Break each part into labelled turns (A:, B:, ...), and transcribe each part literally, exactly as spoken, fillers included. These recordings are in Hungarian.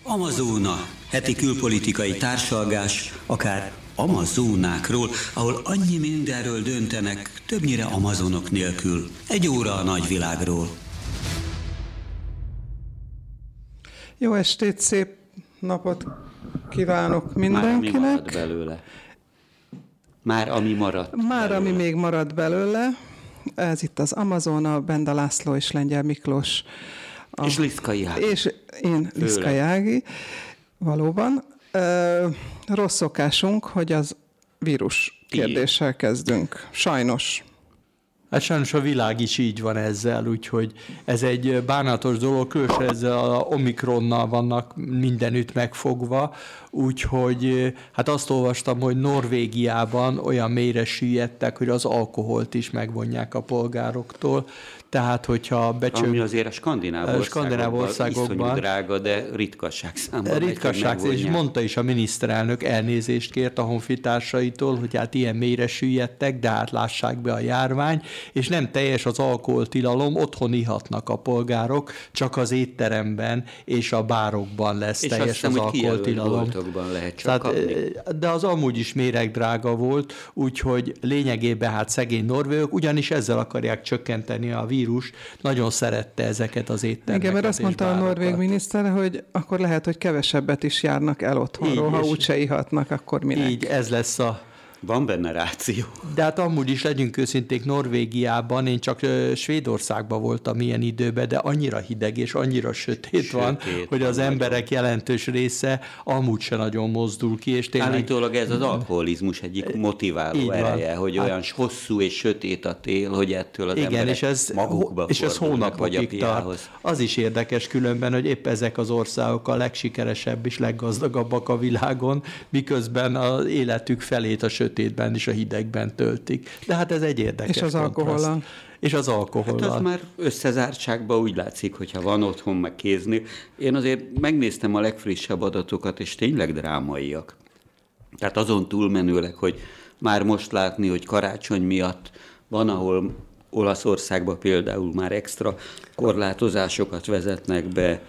A: Amazóna, heti külpolitikai társalgás, akár Amazónákról, ahol annyi mindenről döntenek, többnyire amazonok nélkül. Egy óra a nagyvilágról.
B: Jó estét, szép napot kívánok mindenkinek.
C: Már ami marad belőle. Már ami maradt
B: Már
C: belőle.
B: ami még maradt belőle. Ez itt az Amazona, Benda László és Lengyel Miklós.
C: A... És Liszkai Ági.
B: És én, Liszkai Ági. Valóban. Ö, rossz szokásunk, hogy az vírus kérdéssel kezdünk. Sajnos.
D: Hát sajnos a világ is így van ezzel, úgyhogy ez egy bánatos dolog, különösen ezzel a Omikronnal vannak mindenütt megfogva, úgyhogy hát azt olvastam, hogy Norvégiában olyan mélyre süllyedtek, hogy az alkoholt is megvonják a polgároktól. Tehát, hogyha becsöng...
C: Ami azért a skandináv,
D: skandináv országokban
C: iszonyú drága, de ritkaság számban.
D: Ritkaság, és mondta is a miniszterelnök, elnézést kért a honfitársaitól, hogy hát ilyen mélyre süllyedtek, de hát lássák be a járvány, és nem teljes az alkoholtilalom, otthon ihatnak a polgárok, csak az étteremben és a bárokban lesz
C: és
D: teljes
C: hiszem,
D: az alkoholtilalom.
C: Lehet csak
D: Tehát,
C: kapni.
D: De az amúgy is méregdrága volt, úgyhogy lényegében hát szegény norvégok, ugyanis ezzel akarják csökkenteni a vírus, nagyon szerette ezeket az éttermeket.
B: Igen, mert azt mondta a norvég miniszter, hogy akkor lehet, hogy kevesebbet is járnak el otthonról, így, ha úgyse ihatnak, akkor minek.
D: Így, ez lesz a...
C: Van benne ráció.
D: De hát amúgy is legyünk őszinték, Norvégiában, én csak Svédországban voltam ilyen időben, de annyira hideg és annyira sötét, sötét van, hogy az nagyon. Emberek jelentős része amúgy se nagyon mozdul ki. És tényleg...
C: Állítólag ez az alkoholizmus egyik motiváló ereje, hogy hát... olyan hosszú és sötét a tél, hogy ettől az
D: igen,
C: emberek
D: és ez,
C: magukba
D: és ez hónapokig tart. Az is érdekes különben, hogy épp ezek az országok a legsikeresebb és leggazdagabbak a világon, miközben az életük felét a sötét sötétben és a hidegben töltik. De hát ez egy érdekes
B: És az alkohollal.
D: És az alkohollal.
C: Hát az már összezártságban úgy látszik, hogyha van otthon meg kézni. Én azért megnéztem a legfrissebb adatokat, és tényleg drámaiak. Tehát azon túlmenőleg, hogy már most látni, hogy karácsony miatt van, ahol Olaszországban például már extra korlátozásokat vezetnek be,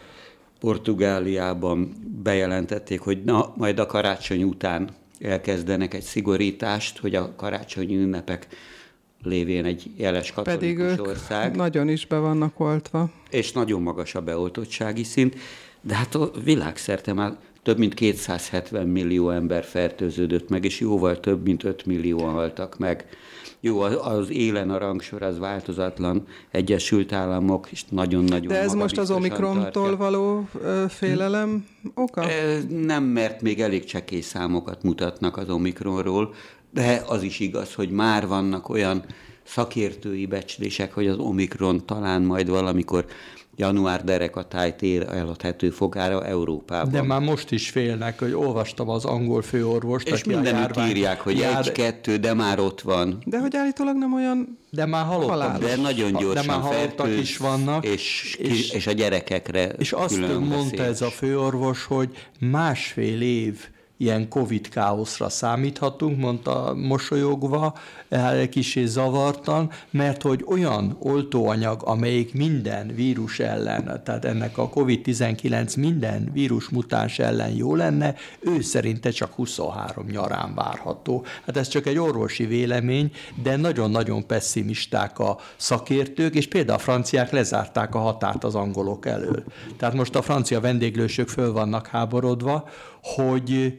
C: Portugáliában bejelentették, hogy na, majd a karácsony után elkezdenek egy szigorítást, hogy a karácsonyi ünnepek lévén egy jeles katolikus
B: Pedig
C: ország.
B: Pedig nagyon is be vannak oltva.
C: És nagyon magas a beoltottsági szint, de hát a világszerte már több mint kétszázhetven millió ember fertőződött meg, és jóval több mint öt millióan haltak meg. Jó, az élen a rangsor az változatlan, Egyesült Államok, és nagyon-nagyon
B: De ez most az Omikrontól való ö, félelem oka?
C: Nem, mert még elég csekély számokat mutatnak az Omikronról, de az is igaz, hogy már vannak olyan szakértői becslések, hogy az Omikron talán majd valamikor január derekatájt ér elhathető fogára Európában.
D: De már most is félnek, hogy olvastam az angol főorvost,
C: és mindenütt írják, hogy jár... egy-kettő, de már ott van.
B: De hogy állítólag nem olyan
D: de már halottak,
C: de nagyon gyorsan
D: de már halottak is vannak.
C: És, és, és a gyerekekre
D: és azt mondta veszélyes. Ez a főorvos, hogy másfél év ilyen Covid káoszra számíthatunk, mondta mosolyogva, kissé zavartan, mert hogy olyan oltóanyag, amelyik minden vírus ellen, tehát ennek a kovid tizenkilenc minden vírus mutáns ellen jó lenne, ő szerinte csak huszonhárom nyarán várható. Hát ez csak egy orvosi vélemény, de nagyon-nagyon pesszimisták a szakértők, és például a franciák lezárták a határt az angolok elől. Tehát most a francia vendéglősök föl vannak háborodva, hogy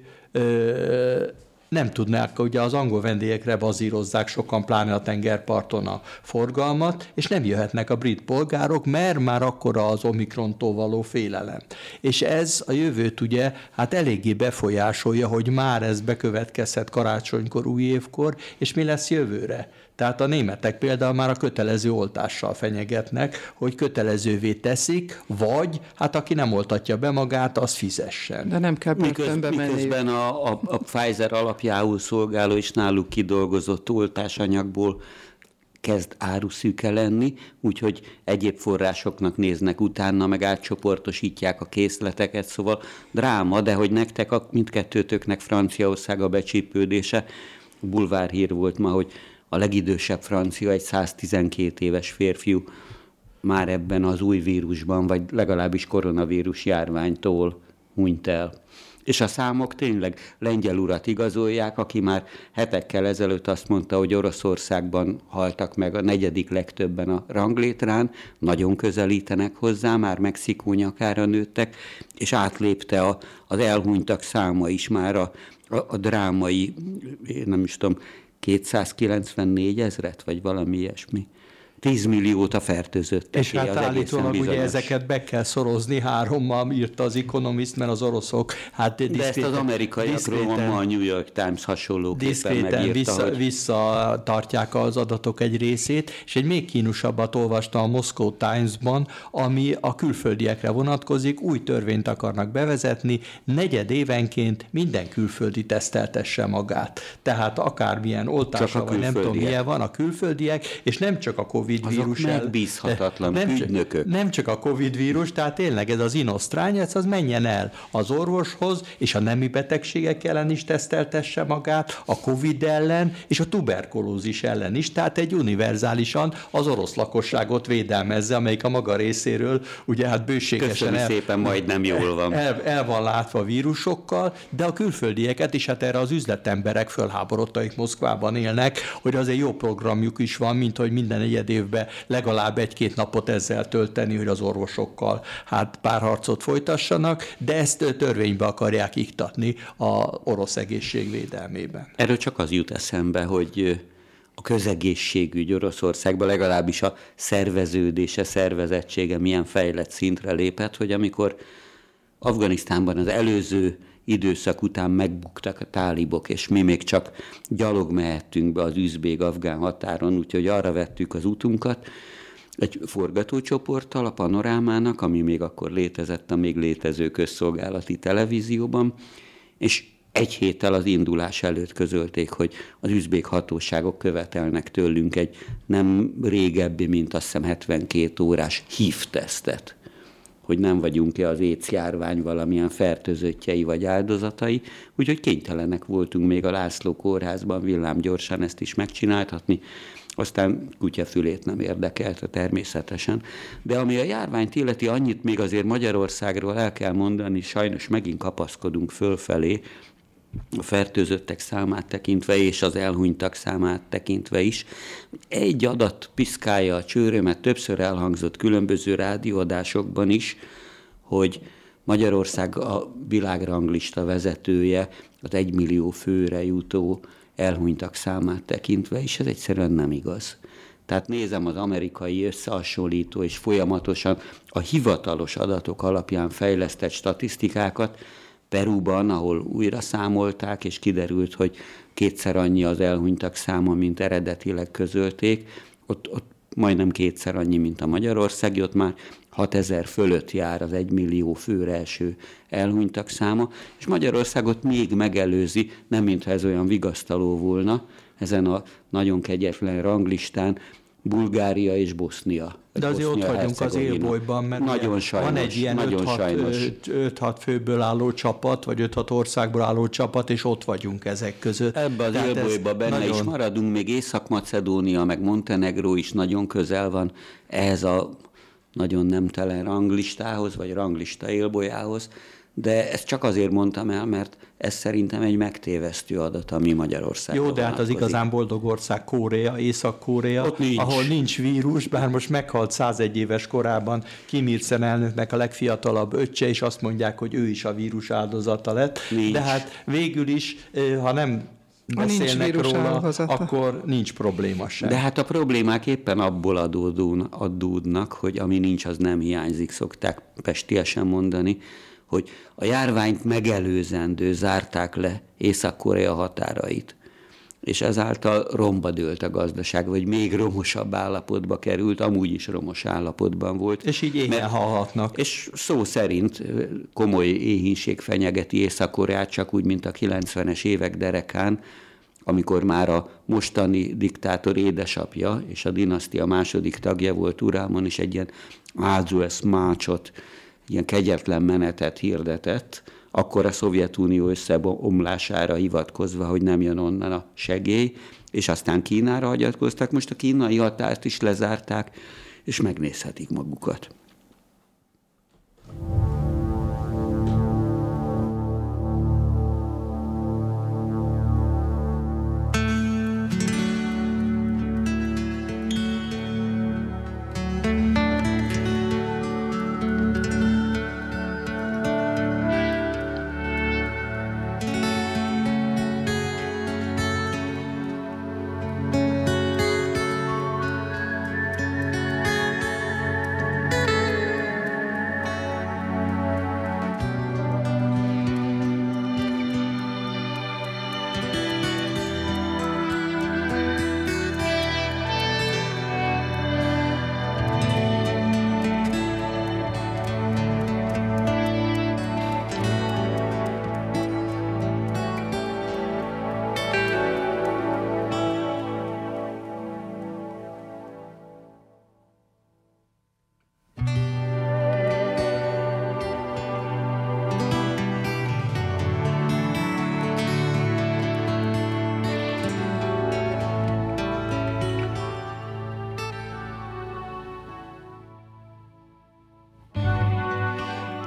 D: Ö, nem tudnák, ugye az angol vendégekre bazírozzák sokan, pláne a tengerparton a forgalmat, és nem jöhetnek a brit polgárok, mert már akkora az Omikrontól való félelem. És ez a jövőt ugye hát eléggé befolyásolja, hogy már ez bekövetkezhet karácsonykor, új évkor, és mi lesz jövőre. Tehát a németek például már a kötelező oltással fenyegetnek, hogy kötelezővé teszik, vagy hát aki nem oltatja be magát, az fizessen.
B: De nem kell börtönbe menni.
C: Miközben a, a, a Pfizer alapjául szolgáló és náluk kidolgozott oltásanyagból kezd áruszűke lenni, úgyhogy egyéb forrásoknak néznek utána, meg átcsoportosítják a készleteket, szóval dráma, de hogy nektek, a, mindkettőtöknek Franciaország a becsípődése, bulvárhír volt ma, hogy a legidősebb francia, egy száztizenkét éves férfiú már ebben az új vírusban, vagy legalábbis koronavírus járványtól hunyt el. És a számok tényleg Lengyel urat igazolják, aki már hetekkel ezelőtt azt mondta, hogy Oroszországban haltak meg a negyedik legtöbben a ranglétrán, nagyon közelítenek hozzá, már Mexikó nyakára nőttek, és átlépte a, az elhunytak száma is már a, a, a drámai, én nem is tudom, kétszázkilencvennégy ezret, vagy valami ilyesmi. tíz milliót a fertőzöttek.
D: És hát állítólag ugye ezeket be kell szorozni, hárommal írta az Economist, mert az oroszok hát
C: diszkréten, de ezt az amerikaiakról ma a New York Times hasonlóképpen megírta,
D: vissza,
C: hogy...
D: visszatartják az adatok egy részét, és egy még kínosabbat olvastam a Moscow Times-ban, ami a külföldiekre vonatkozik, új törvényt akarnak bevezetni, negyed évenként minden külföldi teszteltesse magát. Tehát akármilyen oltása, vagy nem tudom milyen van a külföldiek, és nem csak a Covid vírus
C: el, megbízhatatlan
D: nem
C: ügynökök.
D: Csak, nem csak a Covid vírus, tehát tényleg ez az inosztrány, ez az menjen el az orvoshoz, és a nemi betegségek ellen is teszteltesse magát, a Covid ellen, és a tuberkulózis ellen is, tehát egy univerzálisan az orosz lakosságot védelmezze, amelyik a maga részéről ugye hát bőségesen
C: el, szépen, majdnem jól van.
D: El, el van látva vírusokkal, de a külföldieket is, hát erre az üzletemberek fölháborodtaik Moszkvában élnek, hogy azért jó programjuk is van, mint hogy minden egyed évben legalább egy-két napot ezzel tölteni, hogy az orvosokkal hát párharcot folytassanak, de ezt törvénybe akarják iktatni az orosz egészségvédelmében.
C: Erről csak az jut eszembe, hogy a közegészségügy Oroszországban legalábbis a szerveződése, szervezettsége milyen fejlett szintre lépett, hogy amikor Afganisztánban az előző időszak után megbuktak a tálibok, és mi még csak gyalog mehettünk be az üzbég-afgán határon, úgyhogy arra vettük az utunkat, egy forgatócsoporttal, a Panorámának, ami még akkor létezett a még létező közszolgálati televízióban, és egy héttel az indulás előtt közölték, hogy az üzbég hatóságok követelnek tőlünk egy nem régebbi, mint azt hiszem hetvenkét órás há i vé-tesztet, hogy nem vagyunk-e az AIDS járvány valamilyen fertőzöttjei vagy áldozatai, úgyhogy kénytelenek voltunk még a László kórházban villámgyorsan ezt is megcsináltatni, aztán kutyafülét nem érdekelte természetesen. De ami a járványt illeti, annyit még azért Magyarországról el kell mondani, sajnos megint kapaszkodunk fölfelé, a fertőzöttek számát tekintve és az elhunytak számát tekintve is. Egy adat piszkálja a csőrömet, többször elhangzott különböző rádióadásokban is, hogy Magyarország a világranglista vezetője az egymillió főre jutó elhunytak számát tekintve, és ez egyszerűen nem igaz. Tehát nézem az amerikai összehasonlító és folyamatosan a hivatalos adatok alapján fejlesztett statisztikákat, Perúban, ahol újra számolták, és kiderült, hogy kétszer annyi az elhunytak száma, mint eredetileg közölték, ott, ott majdnem kétszer annyi, mint a magyarországi, ott már hatezer fölött jár az egymillió főre eső elhunytak száma, és Magyarországot még megelőzi, nem mintha ez olyan vigasztaló volna, ezen a nagyon kegyetlen ranglistán, Bulgária és Bosznia.
D: De azért ott vagyunk az élbolyban, mert
C: nagyon sajnos,
D: van egy ilyen öt-hat főből álló csapat, vagy öt-hat országból álló csapat, és ott vagyunk ezek között.
C: Ebbe az élbolyban benne nagyon... is maradunk, még Észak-Macedónia, meg Montenegró is nagyon közel van ehhez a nagyon nemtelen ranglistához, vagy ranglista élbolyához, de ezt csak azért mondtam el, mert ez szerintem egy megtévesztő adat, ami Magyarországon.
D: Jó, de hát az igazán boldog ország Korea, Észak-Korea, nincs. ahol nincs vírus, bár most meghalt százegy éves korában Kim Il-sen elnöknek a legfiatalabb öccse, és azt mondják, hogy ő is a vírus áldozata lett. Nincs. De hát végül is, ha nem beszélnek
B: nincs
D: róla,
B: áldozata,
D: akkor nincs probléma sem.
C: De hát a problémák éppen abból adódnak, hogy ami nincs, az nem hiányzik, szokták pestiesen mondani, hogy a járványt megelőzendő zárták le Észak-Korea határait, és ezáltal romba dőlt a gazdaság, vagy még romosabb állapotba került, amúgy is romos állapotban volt.
D: És így éhen halhatnak.
C: És szó szerint komoly éhínség fenyegeti Észak-Koreát, csak úgy, mint a kilencvenes évek derekán, amikor már a mostani diktátor édesapja és a dinasztia második tagja volt uralmon, és egy ilyen ázuesz mácsot, ilyen kegyetlen menetet hirdetett, akkor a Szovjetunió összeomlására hivatkozva, hogy nem jön onnan a segély, és aztán Kínára hagyatkoztak, most a kínai határt is lezárták, és megnézhetik magukat.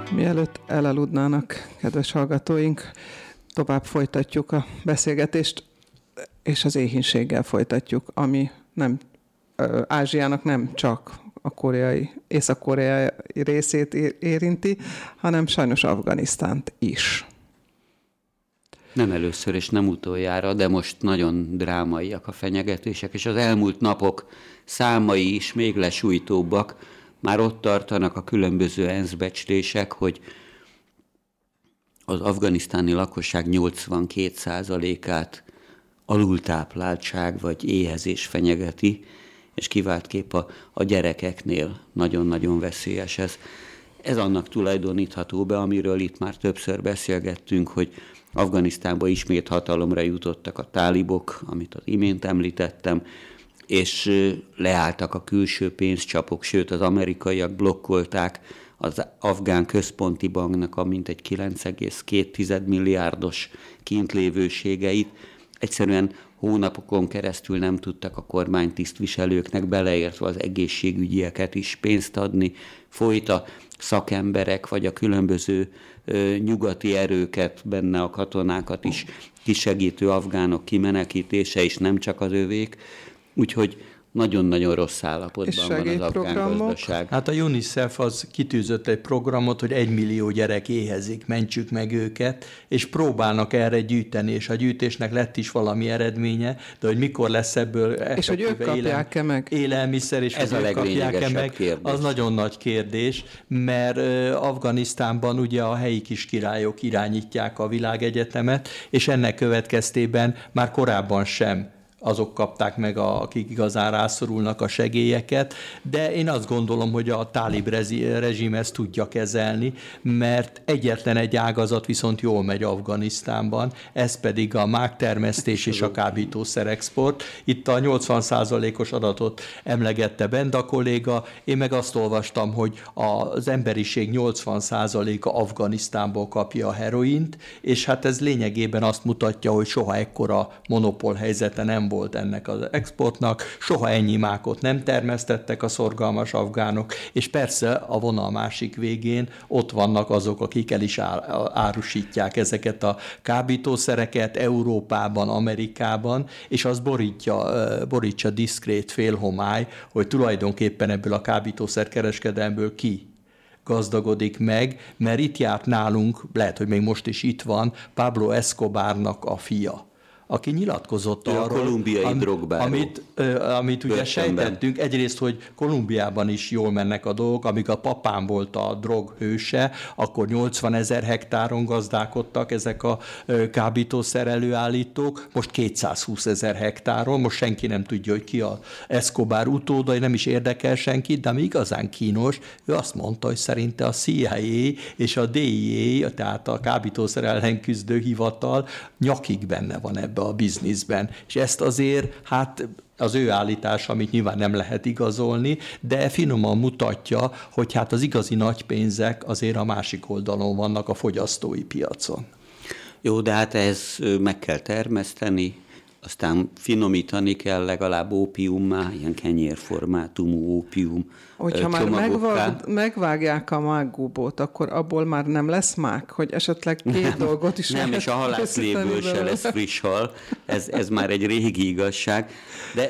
B: Mielőtt elaludnának, kedves hallgatóink, tovább folytatjuk a beszélgetést, és az éhínséggel folytatjuk, ami nem Ázsiának nem csak a koreai, észak-koreai részét érinti, hanem sajnos Afganisztánt is.
C: Nem először és nem utoljára, de most nagyon drámaiak a fenyegetések, és az elmúlt napok számai is még lesújtóbbak. Már ott tartanak a különböző ENSZ becslések, hogy az afganisztáni lakosság nyolcvankét százalékát alultápláltság vagy éhezés fenyegeti, és kiváltképp a, a gyerekeknél nagyon-nagyon veszélyes ez. Ez annak tulajdonítható be, amiről itt már többször beszélgettünk, hogy Afganisztánba ismét hatalomra jutottak a tálibok, amit az imént említettem, és leálltak a külső pénzcsapok, sőt az amerikaiak blokkolták az afgán központi banknak a mintegy kilenc egész két milliárdos kintlévőségeit. Egyszerűen hónapokon keresztül nem tudtak a kormánytisztviselőknek, beleértve az egészségügyieket is pénzt adni. Folyt a szakemberek, vagy a különböző ö, nyugati erőket, benne a katonákat is kisegítő afgánok kimenekítése, és nem csak az övék. Úgyhogy nagyon-nagyon rossz állapotban van az afgán gazdaság.
D: Hát a UNICEF az kitűzött egy programot, hogy egy millió gyerek éhezik, mentsük meg őket, és próbálnak erre gyűjteni, és a gyűjtésnek lett is valami eredménye, de hogy mikor lesz ebből
B: és hogy ők kapják-e meg?
D: Élelmiszer, és
C: ez
D: hogy
C: a
D: ők kapják-e meg,
C: kérdés.
D: Az nagyon nagy kérdés, mert Afganisztánban ugye a helyi kis királyok irányítják a világegyetemet, és ennek következtében már korábban sem azok kapták meg, akik igazán rászorulnak a segélyeket, de én azt gondolom, hogy a tálib rezsim ezt tudja kezelni, mert egyetlen egy ágazat viszont jól megy Afganisztánban, ez pedig a mágtermesztés és a kábítószer export. Itt a nyolcvan százalékos adatot emlegette Benda kolléga, én meg azt olvastam, hogy az emberiség nyolcvan százaléka Afganisztánból kapja a heroint, és hát ez lényegében azt mutatja, hogy soha ekkora monopól helyzete nem volt volt ennek az exportnak, soha ennyi mákot nem termesztettek a szorgalmas afgánok, és persze a vonal másik végén ott vannak azok, akik el is árusítják ezeket a kábítószereket Európában, Amerikában, és az borítja, borítja diszkrét félhomály, hogy tulajdonképpen ebből a kábítószerkereskedelmből ki gazdagodik meg, mert itt járt nálunk, lehet, hogy még most is itt van, Pablo Escobarnak a fia, aki nyilatkozott
C: ő
D: arról,
C: a kolumbiai
D: am,
C: drogbáró.
D: amit, amit ugye sejtettünk, egyrészt, hogy Kolumbiában is jól mennek a dolgok, amíg a papám volt a drog hőse, akkor nyolcvanezer hektáron gazdálkodtak ezek a kábítószer előállítók, most kétszázhúszezer hektáron, most senki nem tudja, hogy ki a Escobar utóda, nem is érdekel senkit, de ami igazán kínos, ő azt mondta, hogy szerinte a C I A és a D I A, tehát a kábítószer ellen küzdő hivatal nyakig benne van ebben a bizniszben. És ezt azért, hát az ő állítás, amit nyilván nem lehet igazolni, de finoman mutatja, hogy hát az igazi nagy pénzek azért a másik oldalon vannak, a fogyasztói piacon.
C: Jó, de hát ehhez meg kell termeszteni, aztán finomítani kell legalább ópiummá, ilyen kenyérformátumú ópium
B: Hogyha már megvág, megvágják a mággubót, akkor abból már nem lesz mák, hogy esetleg két nem, dolgot is
C: nem, és a halászléből se lesz friss hal, ez, ez már egy régi igazság, de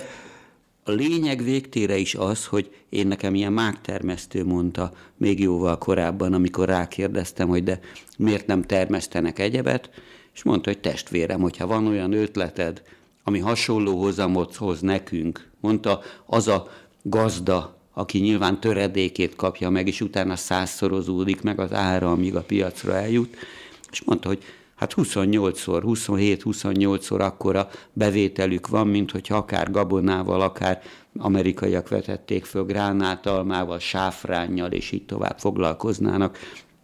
C: a lényeg végtére is az, hogy én nekem ilyen mágtermesztő mondta még jóval korábban, amikor rákérdeztem, hogy de miért nem termesztenek egyebet, és mondta, hogy testvérem, hogyha van olyan ötleted, ami hasonló hozamot hoz nekünk, mondta, az a gazda, aki nyilván töredékét kapja meg, és utána százszorozódik meg az ára, amíg a piacra eljut, és mondta, hogy hát huszonnyolcszor, huszonhét-huszonnyolcszor akkora bevételük van, mint hogyha akár gabonával, akár amerikaiak vetették föl gránátalmával, sáfránnyal, és így tovább foglalkoznának.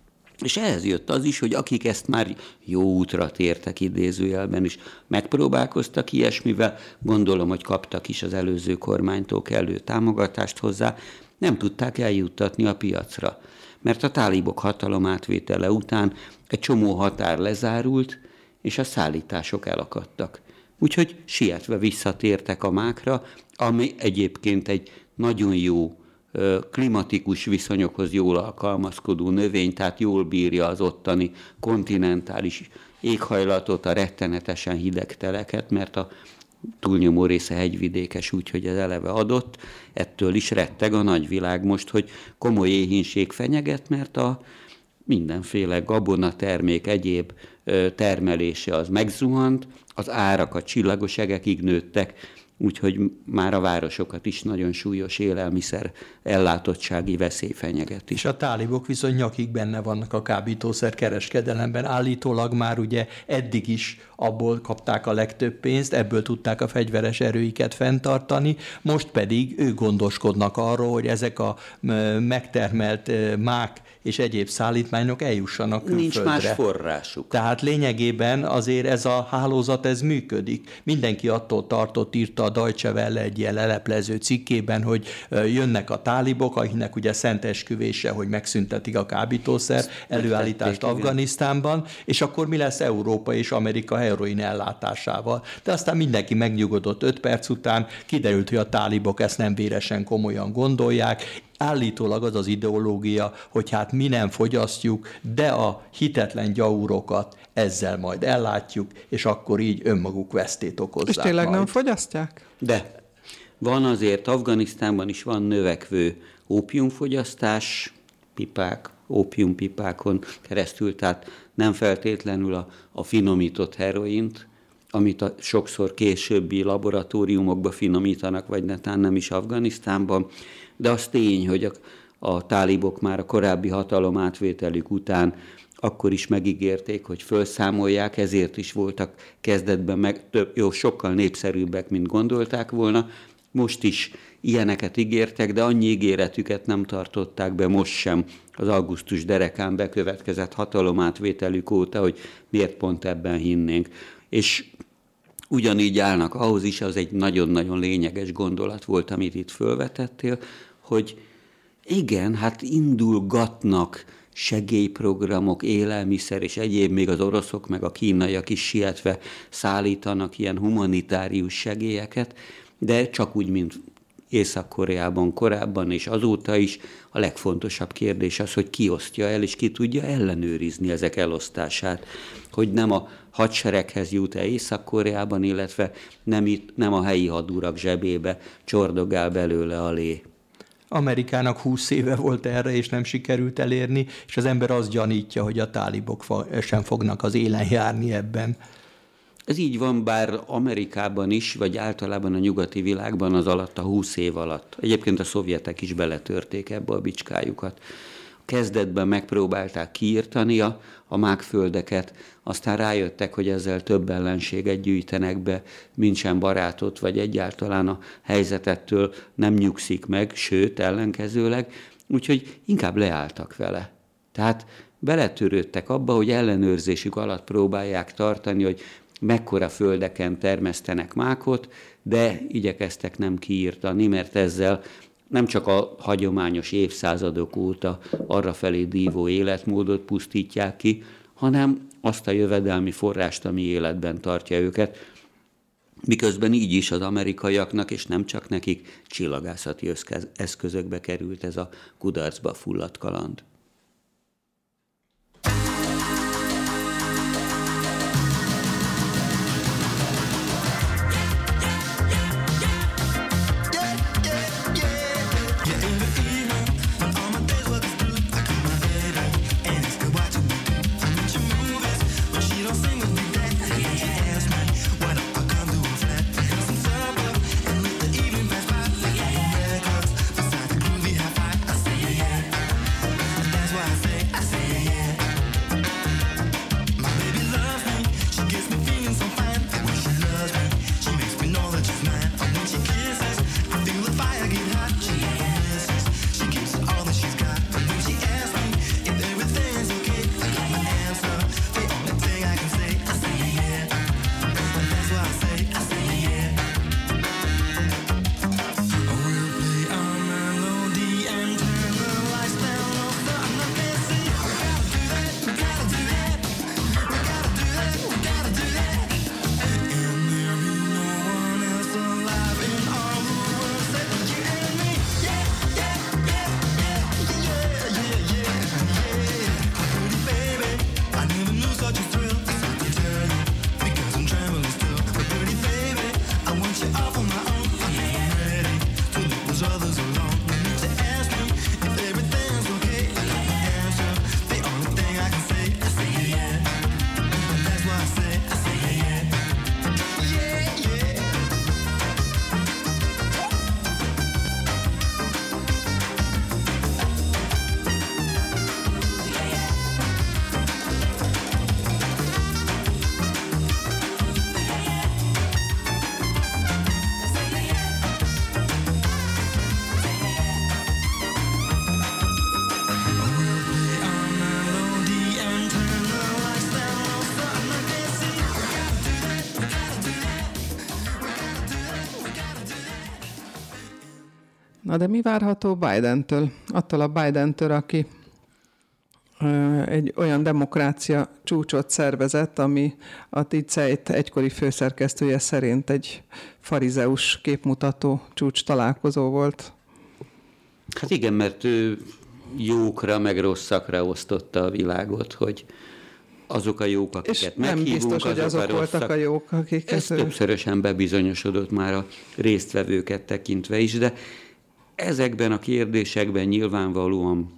C: És ehhez jött az is, hogy akik ezt már jó útra tértek idézőjelben is, megpróbálkoztak ilyesmivel, gondolom, hogy kaptak is az előző kormánytól kellő támogatást hozzá, nem tudták eljuttatni a piacra. Mert a tálibok hatalomátvétele után egy csomó határ lezárult, és a szállítások elakadtak. Úgyhogy sietve visszatértek a mákra, ami egyébként egy nagyon jó klimatikus viszonyokhoz jól alkalmazkodó növény, tehát jól bírja az ottani kontinentális éghajlatot, a rettenetesen hideg teleket, mert a túlnyomó része hegyvidékes, úgyhogy ez eleve adott. Ettől is retteg a nagyvilág most, hogy komoly éhínség fenyeget, mert a mindenféle gabonatermék, egyéb termelése az megzuhant, az árak a csillagos egekig nőttek, úgyhogy már a városokat is nagyon súlyos élelmiszer ellátottsági veszély fenyegeti.
D: És a tálibok viszont nyakig benne vannak a kábítószer kereskedelemben. Állítólag már ugye eddig is abból kapták a legtöbb pénzt, ebből tudták a fegyveres erőiket fenntartani, most pedig ők gondoskodnak arról, hogy ezek a megtermelt mák és egyéb szállítmányok eljussanak külföldre.
C: Nincs más forrásuk.
D: Tehát lényegében azért ez a hálózat, ez működik. Mindenki attól tartott, írta a Deutsche Welle egy ilyen leleplező cikkében, hogy jönnek a tálibok, akiknek ugye szent esküvése, hogy megszüntetik a kábítószer előállítást Afganisztánban, és akkor mi lesz Európa és Amerika heroin ellátásával. De aztán mindenki megnyugodott öt perc után, kiderült, hogy a tálibok ezt nem véresen komolyan gondolják. Állítólag az az ideológia, hogy hát mi nem fogyasztjuk, de a hitetlen gyaurokat ezzel majd ellátjuk, és akkor így önmaguk vesztét okozzák.
B: És tényleg
D: majd.
B: Nem fogyasztják?
C: De van azért, Afganisztánban is van növekvő ópiumfogyasztás, pipák, ópiumpipákon keresztül, tehát nem feltétlenül a, a finomított heroint, amit a sokszor későbbi laboratóriumokba finomítanak, vagy netán nem is Afganisztánban, de az tény, hogy a, a tálibok már a korábbi hatalomátvételük után akkor is megígérték, hogy felszámolják, ezért is voltak kezdetben meg, több, jó, sokkal népszerűbbek, mint gondolták volna. Most is ilyeneket ígértek, de annyi ígéretüket nem tartották be most sem az augusztus derekán bekövetkezett hatalomátvételük óta, hogy miért pont ebben hinnénk. És ugyanígy állnak ahhoz is, az egy nagyon-nagyon lényeges gondolat volt, amit itt fölvetettél, hogy igen, hát indulgatnak segélyprogramok, élelmiszer és egyéb, még az oroszok, meg a kínaiak is sietve szállítanak ilyen humanitárius segélyeket, de csak úgy, mint Észak-Koreában korábban és azóta is a legfontosabb kérdés az, hogy ki osztja el, és ki tudja ellenőrizni ezek elosztását. Hogy nem a hadsereghez jut-e Észak-Koreában, illetve nem, itt, nem a helyi hadurak zsebébe csordogál belőle a lé.
D: Amerikának húsz éve volt erre, és nem sikerült elérni, és az ember azt gyanítja, hogy a tálibok sem fognak az élen járni ebben.
C: Ez így van, bár Amerikában is, vagy általában a nyugati világban az alatt, a húsz év alatt. Egyébként a szovjetek is beletörték ebbe a bicskájukat. Kezdetben megpróbálták kiírtani a, a mákföldeket, aztán rájöttek, hogy ezzel több ellenséget gyűjtenek be, mint sem barátot, vagy egyáltalán a helyzetettől nem nyugszik meg, sőt, ellenkezőleg, úgyhogy inkább leálltak vele. Tehát beletörődtek abba, hogy ellenőrzésük alatt próbálják tartani, hogy mekkora földeken termesztenek mákot, de igyekeztek nem kiírtani, mert ezzel nem csak a hagyományos évszázadok óta arrafelé dívó életmódot pusztítják ki, hanem azt a jövedelmi forrást, ami életben tartja őket, miközben így is az amerikaiaknak, és nem csak nekik, csillagászati eszközökbe került ez a kudarcba fulladt kaland.
B: Na de mi várható Bidentől? Attól a Bidentől, aki egy olyan demokrácia csúcsot szervezett, ami a Die Zeit egykori főszerkesztője szerint egy farizeus képmutató csúcs találkozó volt.
C: Hát igen, mert ő jókra meg rosszakra osztotta a világot, hogy azok a jók, akiket meghívunk,
B: nem biztos, hogy azok, azok voltak a jók, akiket...
C: Ez ő... többszörösen bebizonyosodott már a résztvevőket tekintve is, de ezekben a kérdésekben nyilvánvalóan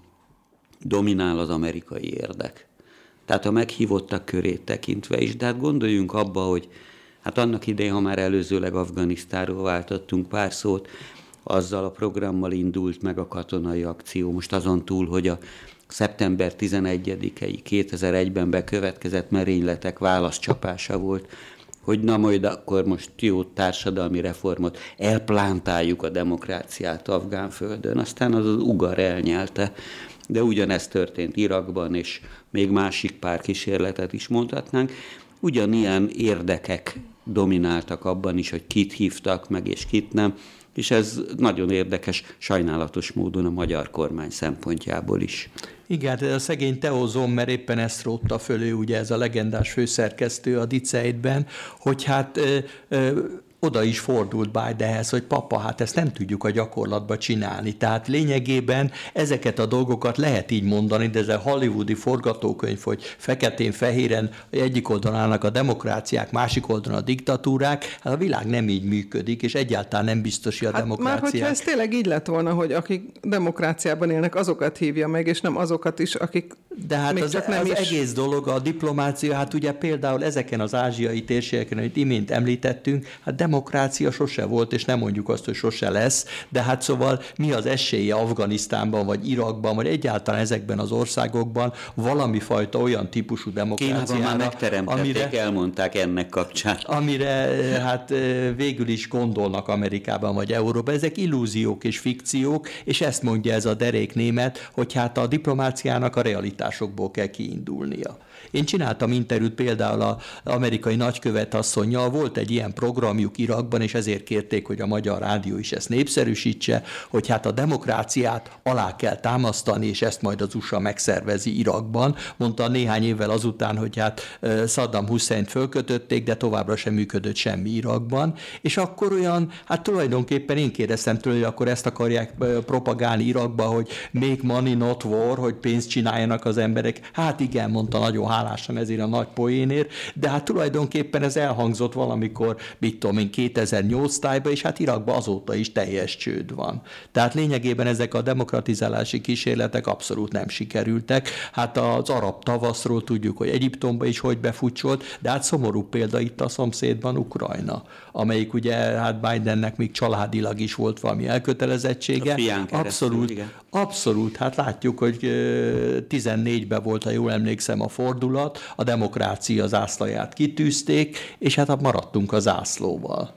C: dominál az amerikai érdek. Tehát a meghívottak körét tekintve is. De hát gondoljunk abba, hogy hát annak idején, ha már előzőleg Afganisztánról váltottunk pár szót, azzal a programmal indult meg a katonai akció. Most azon túl, hogy a szeptember tizenegyedikei kétezer-egyben bekövetkezett merényletek válaszcsapása volt, hogy na majd akkor most jó társadalmi reformot, elplántáljuk a demokráciát afgán földön. Aztán az az ugar elnyelte, de ugyanezt történt Irakban, és még másik pár kísérletet is mondhatnánk. Ugyanilyen érdekek domináltak abban is, hogy kit hívtak meg, és kit nem, és ez nagyon érdekes, sajnálatos módon a magyar kormány szempontjából is.
D: Igen, ez a szegény Theo Sommer éppen ezt rótta fölő, ugye ez a legendás főszerkesztő a Die Zeitben, hogy hát ö, ö, oda is fordult Bidenhez, hogy papa, hát ezt nem tudjuk a gyakorlatban csinálni. Tehát lényegében ezeket a dolgokat lehet így mondani, de ez a hollywoodi forgatókönyv, hogy feketén-fehéren egyik oldalon állnak a demokráciák, másik oldalon a diktatúrák, hát a világ nem így működik, és egyáltalán nem biztos, hogy a hát demokráciák...
B: Már hogyha ez tényleg így lett volna, hogy akik demokráciában élnek, azokat hívja meg, és nem azokat is, akik
D: de hát
B: még
D: az,
B: csak nem
D: az
B: is...
D: egész dolog, a diplomácia, hát ugye például ezeken az ázsiai térségeken, amit imént említettünk, hát demokrácia sose volt, és nem mondjuk azt, hogy sose lesz, de hát szóval mi az esélye Afganisztánban, vagy Irakban, vagy egyáltalán ezekben az országokban valami fajta olyan típusú demokráciára,
C: Kínában már megteremtették, amire, elmondták ennek kapcsán.
D: Amire hát végül is gondolnak Amerikában, vagy Európában. Ezek illúziók és fikciók, és ezt mondja ez a derék német, hogy hát a diplomáciának a realitásokból kell kiindulnia. Én csináltam interjút például az amerikai nagykövet asszonnyal, volt egy ilyen programjuk Irakban, és ezért kérték, hogy a Magyar Rádió is ezt népszerűsítse, hogy hát a demokráciát alá kell támasztani, és ezt majd az u es á megszervezi Irakban. Mondta néhány évvel azután, hogy hát Saddam Husseint fölkötötték, de továbbra sem működött semmi Irakban. És akkor olyan, hát tulajdonképpen én kérdeztem tőle, hogy akkor ezt akarják propagálni Irakba, hogy make money not war, hogy pénzt csináljanak az emberek. Hát igen, mondta, nagyon hálásan ezért a nagy poénért, de hát tulajdonképpen ez elhangzott valamikor, mit tudom én, kétezer-nyolc tájban, és hát Irakban azóta is teljes csőd van. Tehát lényegében ezek a demokratizálási kísérletek abszolút nem sikerültek. Hát az arab tavaszról tudjuk, hogy Egyiptomba is hogy befutcsolt, de hát szomorú példa itt a szomszédban Ukrajna, amelyik ugye hát Bidennek még családilag is volt valami elkötelezettsége. Abszolút, abszolút, hát látjuk, hogy tizennégyben volt, ha jól emlékszem, a fordulat, a demokrácia zászlaját kitűzték, és hát maradtunk a zászlóval.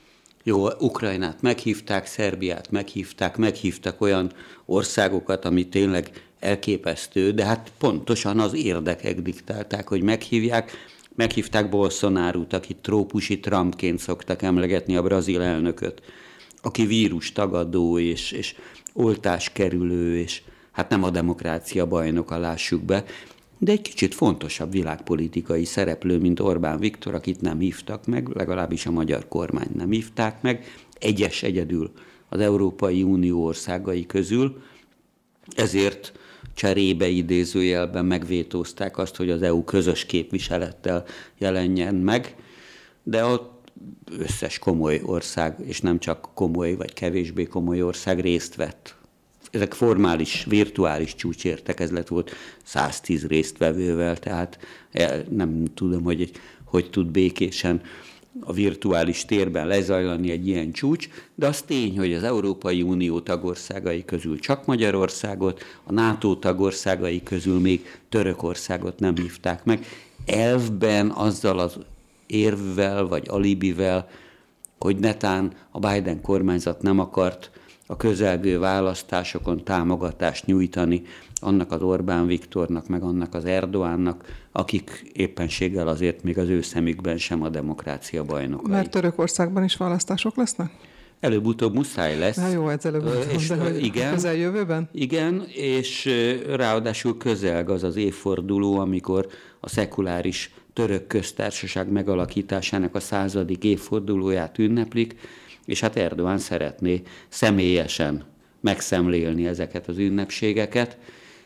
C: Jó, Ukrajnát meghívták, Szerbiát meghívták, meghívtak olyan országokat, ami tényleg elképesztő, de hát pontosan az érdekek diktálták, hogy meghívják. Meghívták Bolsonarut, akit trópusi Trumpként szoktak emlegetni, a brazil elnököt, aki vírus tagadó és, és oltáskerülő, és hát nem a demokrácia bajnoka, lássuk be, de egy kicsit fontosabb világpolitikai szereplő, mint Orbán Viktor, akit nem hívtak meg, legalábbis a magyar kormány nem hívták meg, egyes egyedül az Európai Unió országai közül, ezért cserébe idézőjelben megvétózták azt, hogy az é u közös képviselettel jelenjen meg, de ott összes komoly ország, és nem csak komoly vagy kevésbé komoly ország részt vett. Ezek formális, virtuális csúcsértekezlet volt száztíz résztvevővel, tehát nem tudom, hogy hogy tud békésen a virtuális térben lezajlani egy ilyen csúcs, de az tény, hogy az Európai Unió tagországai közül csak Magyarországot, a NATO tagországai közül még Törökországot nem hívták meg. Elvben azzal az érvvel vagy alibivel, hogy netán a Biden kormányzat nem akart a közelgő választásokon támogatást nyújtani annak az Orbán Viktornak, meg annak az Erdoánnak, akik éppenséggel azért még az ő szemükben sem a demokrácia bajnokai.
B: Mert Törökországban is választások lesznek?
C: előbb-utóbb muszáj lesz.
B: Na jó, ez előbb-utóbb,
C: és,
B: de hogy
C: igen,
B: közeljövőben?
C: Igen, és ráadásul közelg az az évforduló, amikor a szekuláris török köztársaság megalakításának a századik évfordulóját ünneplik, és hát Erdoğan szeretné személyesen megszemlélni ezeket az ünnepségeket,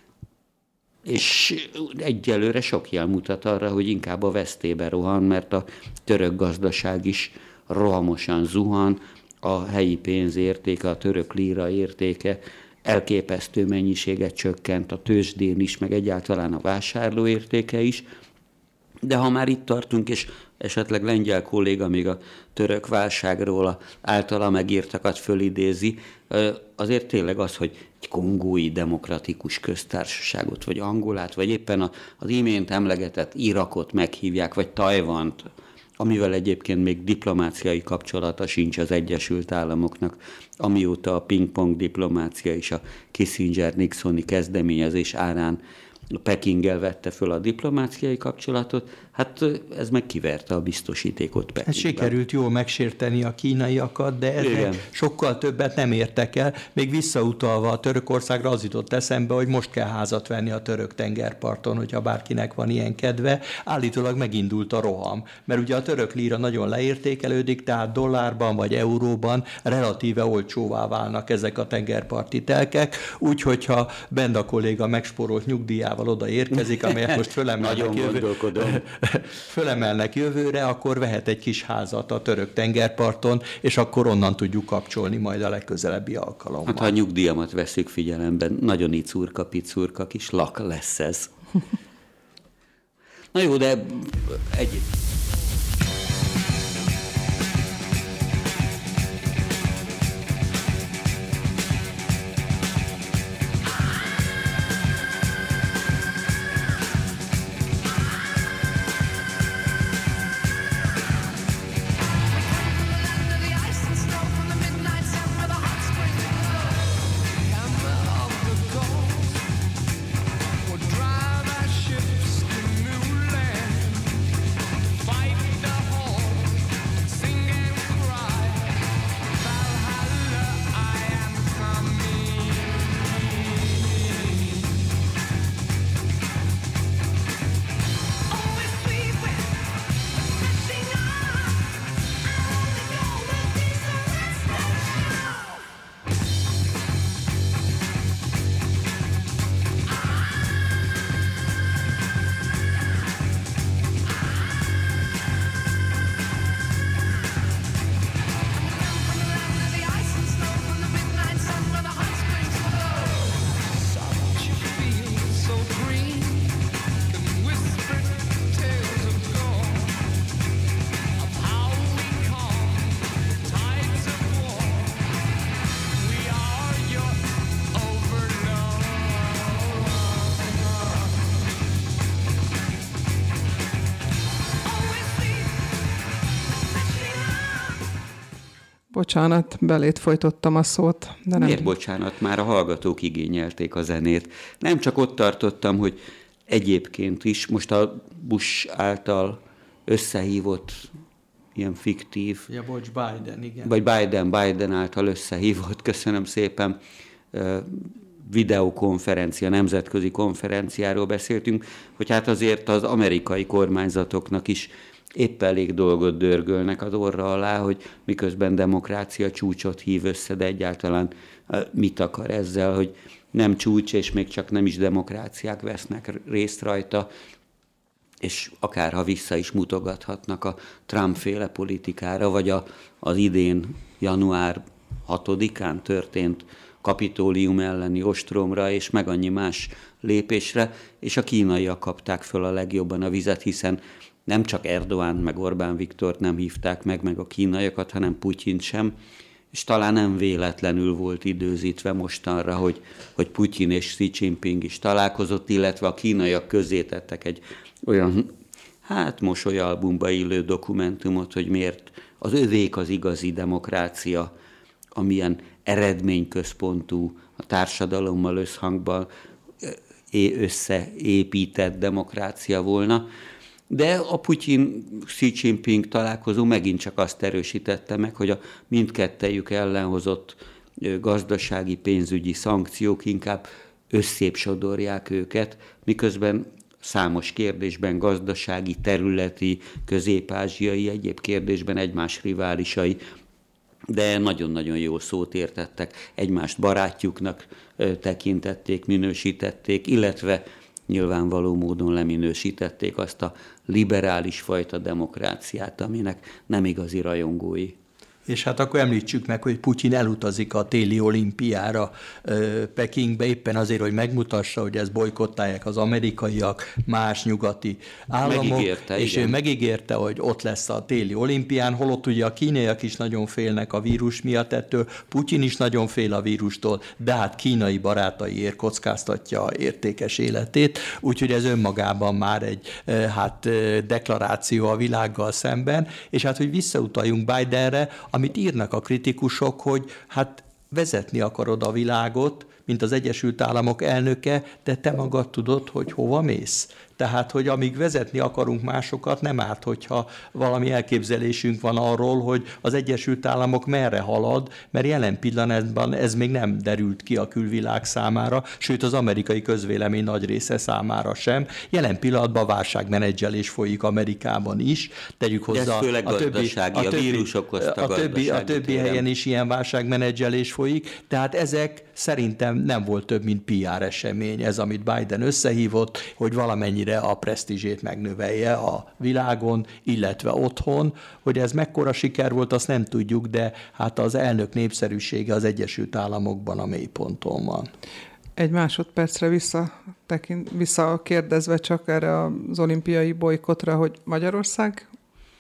C: és egyelőre sok jel mutat arra, hogy inkább a vesztébe rohan, mert a török gazdaság is rohamosan zuhan, a helyi pénz értéke, a török líra értéke elképesztő mennyiséget csökkent, a tőzsdén is, meg egyáltalán a vásárló értéke is. De ha már itt tartunk, és esetleg lengyel kolléga még a török válságról a általa megírtakat fölidézi, azért tényleg az, hogy egy kongói demokratikus köztársaságot, vagy Angolát, vagy éppen az imént emlegetett Irakot meghívják, vagy Tajvant, amivel egyébként még diplomáciai kapcsolata sincs az Egyesült Államoknak, amióta a pingpong diplomácia és a Kissinger-Nixoni kezdeményezés árán Pekinggel vette föl a diplomáciai kapcsolatot, hát ez meg kiverte a biztosítékot Pekingben.
D: Hát sikerült jól megsérteni a kínaiakat, de ezzel sokkal többet nem értek el. Még visszautalva a Törökországra az jutott eszembe, hogy most kell házat venni a török tengerparton, hogyha bárkinek van ilyen kedve. Állítólag megindult a roham, mert ugye a török líra nagyon leértékelődik, tehát dollárban vagy euróban relatíve olcsóvá válnak ezek a tengerparti telkek, úgyhogy ha Benda kolléga megspórolt nyugdíjával oda érkezik, amelyet most fölemelnek, jövő... fölemelnek jövőre, akkor vehet egy kis házat a török tengerparton, és akkor onnan tudjuk kapcsolni majd a legközelebbi alkalommal.
C: Hát ha a nyugdíjamat veszik figyelembe, nagyon icurka-picurka kis lak lesz ez. Na jó, de egy...
B: Bocsánat, belét folytottam a szót. De nem...
C: Miért bocsánat? Már a hallgatók igényelték a zenét. Nem csak ott tartottam, hogy egyébként is most a Bush által összehívott ilyen fiktív...
D: Ja, bocs, Biden, igen.
C: Vagy Biden, Biden által összehívott, köszönöm szépen, videokonferencia, nemzetközi konferenciáról beszéltünk, hogy hát azért az amerikai kormányzatoknak is épp elég dolgot dörgölnek az orra alá, hogy miközben demokrácia csúcsot hív össze, de egyáltalán mit akar ezzel, hogy nem csúcs, és még csak nem is demokráciák vesznek részt rajta, és akár ha vissza is mutogathatnak a Trump-féle politikára, vagy a, az idén január hatodikán történt Kapitólium elleni ostromra, és meg annyi más lépésre, és a kínaiak kapták föl a legjobban a vizet, hiszen nem csak Erdoğan meg Orbán Viktort nem hívták meg, meg a kínaiakat, hanem Putyint sem, és talán nem véletlenül volt időzítve mostanra, hogy, hogy Putyin és Xi Jinping is találkozott, illetve a kínaiak közé tettek egy olyan, hát mosolyalbumba illő dokumentumot, hogy miért az övék az igazi demokrácia, amilyen eredményközpontú, a társadalommal összhangban összeépített demokrácia volna. De a Putyin-Xi Jinping találkozó megint csak azt erősítette meg, hogy a mindkettejük ellen hozott gazdasági, pénzügyi szankciók inkább összébb sodorják őket, miközben számos kérdésben gazdasági, területi, közép-ázsiai, egyéb kérdésben egymás riválisai, de nagyon-nagyon jó szót értettek, egymást barátjuknak tekintették, minősítették, illetve nyilvánvaló módon leminősítették azt a liberális fajta demokráciát, aminek nem igazi rajongói.
D: És hát akkor említsük meg, hogy Putyin elutazik a téli olimpiára Pekingbe, éppen azért, hogy megmutassa, hogy ezt bojkottálják az amerikaiak, más nyugati államok.
C: Megígérte,
D: és
C: igen.
D: ő megígérte, hogy ott lesz a téli olimpián, holott ugye a kínaiak is nagyon félnek a vírus miatt ettől, Putyin is nagyon fél a vírustól, de hát kínai barátaiért kockáztatja értékes életét, úgyhogy ez önmagában már egy hát deklaráció a világgal szemben, és hát, hogy visszautaljunk Bidenre, amit írnak a kritikusok, hogy hát vezetni akarod a világot, mint az Egyesült Államok elnöke, de te magad tudod, hogy hova mész. Tehát, hogy amíg vezetni akarunk másokat, nem árt, hogyha valami elképzelésünk van arról, hogy az Egyesült Államok merre halad, mert jelen pillanatban ez még nem derült ki a külvilág számára, sőt az amerikai közvélemény nagy része számára sem. Jelen pillanatban válságmenedzselés folyik Amerikában is. Tegyük hozzá
C: ez főleg
D: a többi,
C: a, a vírus okozta
D: a többi, a többi helyen is ilyen válságmenedzselés folyik, tehát ezek szerintem nem volt több, mint pé er esemény, ez, amit Biden összehívott, hogy valamennyire a presztízsét megnövelje a világon, illetve otthon. Hogy ez mekkora siker volt, azt nem tudjuk, de hát az elnök népszerűsége az Egyesült Államokban a mélyponton van.
B: Egy másodpercre visszatekint, visszakérdezve csak erre az olimpiai bolykotra, hogy Magyarország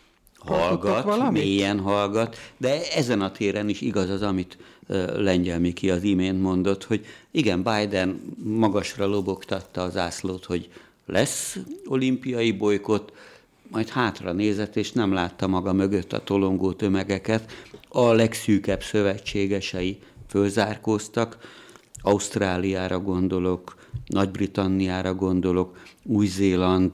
C: hallgat, mélyen hallgat, de ezen a téren is igaz az, amit Lengyel Miki az imént mondott, hogy igen, Biden magasra lobogtatta az zászlót, hogy lesz olimpiai bolykott, majd hátra nézett, és nem látta maga mögött a tolongó tömegeket. A legszűkebb szövetségesei fölzárkóztak, Ausztráliára gondolok, Nagy-Britanniára gondolok, Új-Zéland,